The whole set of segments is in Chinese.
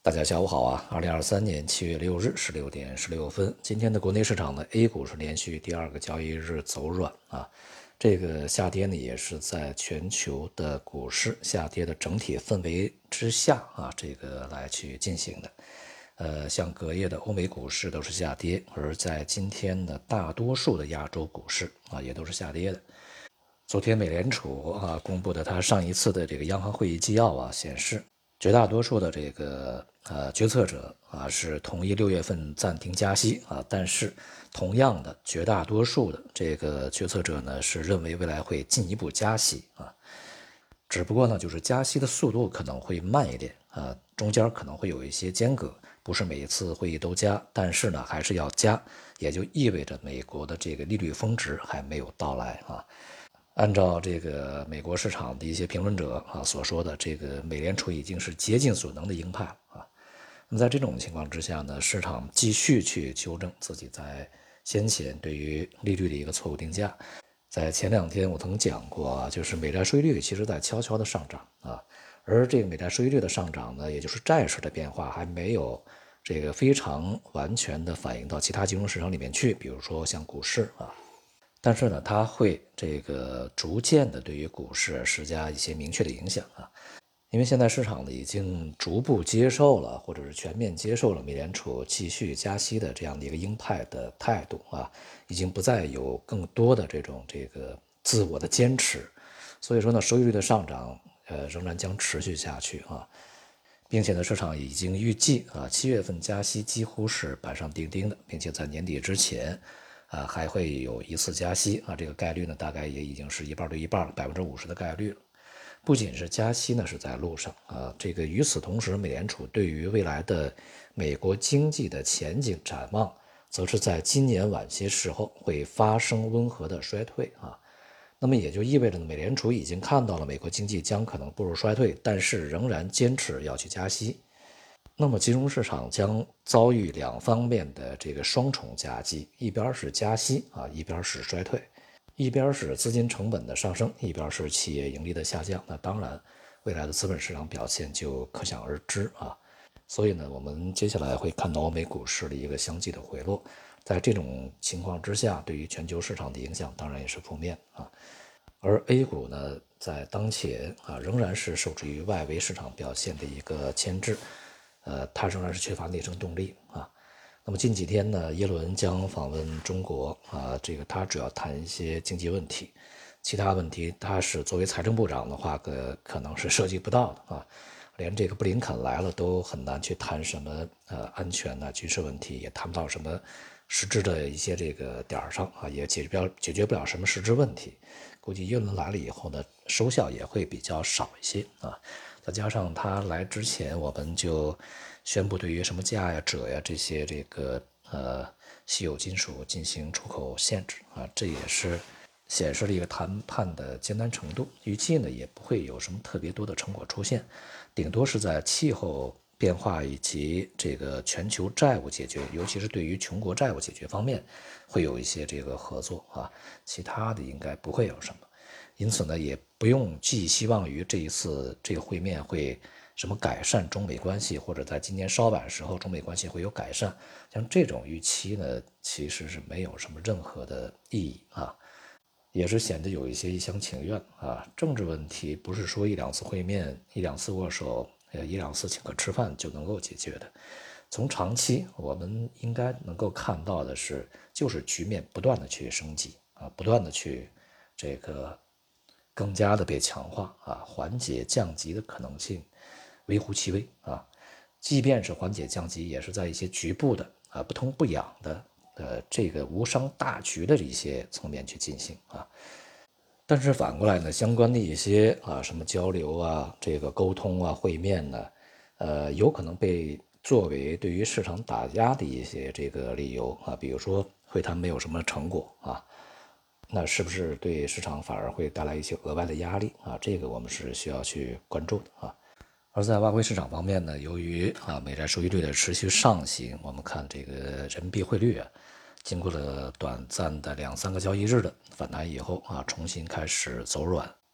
大家下午好啊！2023年7月6日16点16分，今天的国内市场呢，A 股是连续第二个交易日走软啊。这个下跌呢，也是在全球的股市下跌的整体氛围之下啊，这个来去进行的。像隔夜的欧美股市都是下跌，而在今天的大多数的亚洲股市啊，也都是下跌的。昨天美联储啊公布的它上一次的这个央行会议纪要啊显示，绝大多数的这个决策者啊是同意6月份暂停加息啊，但是同样的绝大多数的这个决策者呢是认为未来会进一步加息啊，只不过呢就是加息的速度可能会慢一点啊，中间可能会有一些间隔，不是每一次会议都加，但是呢还是要加，也就意味着美国的这个利率峰值还没有到来啊。按照这个美国市场的一些评论者啊所说的，这个美联储已经是竭尽所能的鹰派啊。那么在这种情况之下呢，市场继续去纠正自己在先前对于利率的一个错误定价。在前2天我曾讲过啊，就是美债收益率其实在悄悄的上涨啊，而这个美债收益率的上涨呢，也就是债市的变化还没有这个非常完全的反映到其他金融市场里面去，比如说像股市啊。但是呢，它会这个逐渐的对于股市施加一些明确的影响啊，因为现在市场呢已经逐步接受了，或者是全面接受了美联储继续加息的这样的一个鹰派的态度啊，已经不再有更多的这个自我的坚持，所以说呢，收益率的上涨仍然将持续下去啊，并且呢，市场已经预计啊7月份加息几乎是板上钉钉的，并且在年底之前。还会有一次加息啊，这个概率呢，大概也已经是一半对一半了，50%的概率了。不仅是加息呢是在路上啊，这个与此同时，美联储对于未来的美国经济的前景展望，则是在今年晚些时候会发生温和的衰退啊。那么也就意味着呢，美联储已经看到了美国经济将可能步入衰退，但是仍然坚持要去加息。那么金融市场将遭遇2方面的这个双重夹击，一边是加息啊，一边是衰退，一边是资金成本的上升，一边是企业盈利的下降。那当然，未来的资本市场表现就可想而知啊。所以呢，我们接下来会看到欧美股市的一个相继的回落，在这种情况之下，对于全球市场的影响当然也是负面啊。而 A 股呢，在当前啊，仍然是受制于外围市场表现的一个牵制。它仍然是缺乏内生动力啊。那么近几天呢，耶伦将访问中国啊，这个他主要谈一些经济问题，其他问题他是作为财政部长的话，可能是涉及不到的啊。连这个布林肯来了都很难去谈什么安全呐、军事问题，也谈不到什么实质的一些这个点上啊，也解决不了什么实质问题。估计耶伦来了以后呢，收效也会比较少一些啊。再加上他来之前，我们就宣布对于什么镓呀、锗呀这些这个稀有金属进行出口限制啊，这也是显示了一个谈判的艰难程度。预计呢也不会有什么特别多的成果出现，顶多是在气候变化以及这个全球债务解决，尤其是对于穷国债务解决方面，会有一些这个合作啊，其他的应该不会有什么。因此呢，也不用寄希望于这一次这个会面会什么改善中美关系，或者在今年稍晚时候中美关系会有改善。像这种预期呢，其实是没有什么任何的意义啊，也是显得有一些一厢情愿啊。政治问题不是说1-2次会面、1-2次握手、1-2次请客吃饭就能够解决的。从长期我们应该能够看到的是，就是局面不断的去升级啊，不断的去这个更加的被强化啊，缓解降级的可能性微乎其微啊。即便是缓解降级，也是在一些局部的不痛不痒的这个无伤大局的一些层面去进行啊。但是反过来呢，相关的一些什么交流啊、这个沟通啊、会面呢，有可能被作为对于市场打压的一些这个理由啊，比如说会谈没有什么成果啊。那是不是对市场反而会带来一些额外的压力啊？这个我们是需要去关注的啊。而在外汇市场方面呢，由于美债收益率的持续上行，我们看这个人民币汇率经过了短暂的2-3个交易日的反弹以后重新开始走软。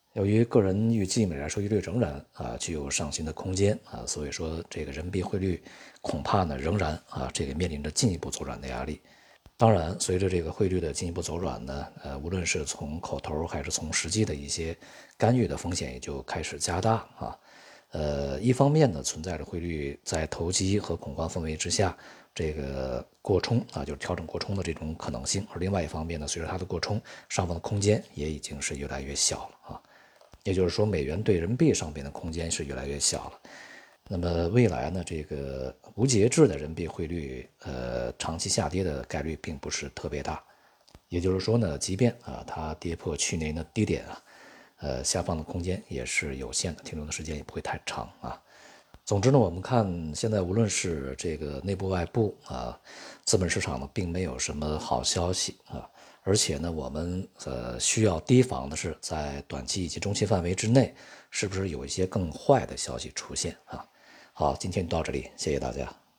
由于个人预计美债收益率仍然具有上行的空间所以说这个人民币汇率恐怕呢仍然这个面临着进一步走软的压力。当然，随着这个汇率的进一步走软呢，无论是从口头还是从实际的一些干预的风险也就开始加大一方面呢，存在着汇率在投机和恐慌氛围之下，这个过冲就是调整过冲的这种可能性；而另外一方面呢，随着它的过冲，上方的空间也已经是越来越小了也就是说，美元对人民币上边的空间是越来越小了。那么未来呢，这个无节制的人民币汇率，长期下跌的概率并不是特别大。也就是说呢，即便它跌破去年的低点下方的空间也是有限的，停留的时间也不会太长总之呢，我们看现在无论是这个内部外部资本市场呢并没有什么好消息而且呢，我们需要提防的是，在短期以及中期范围之内，是不是有一些更坏的消息出现好，今天就到这里，谢谢大家。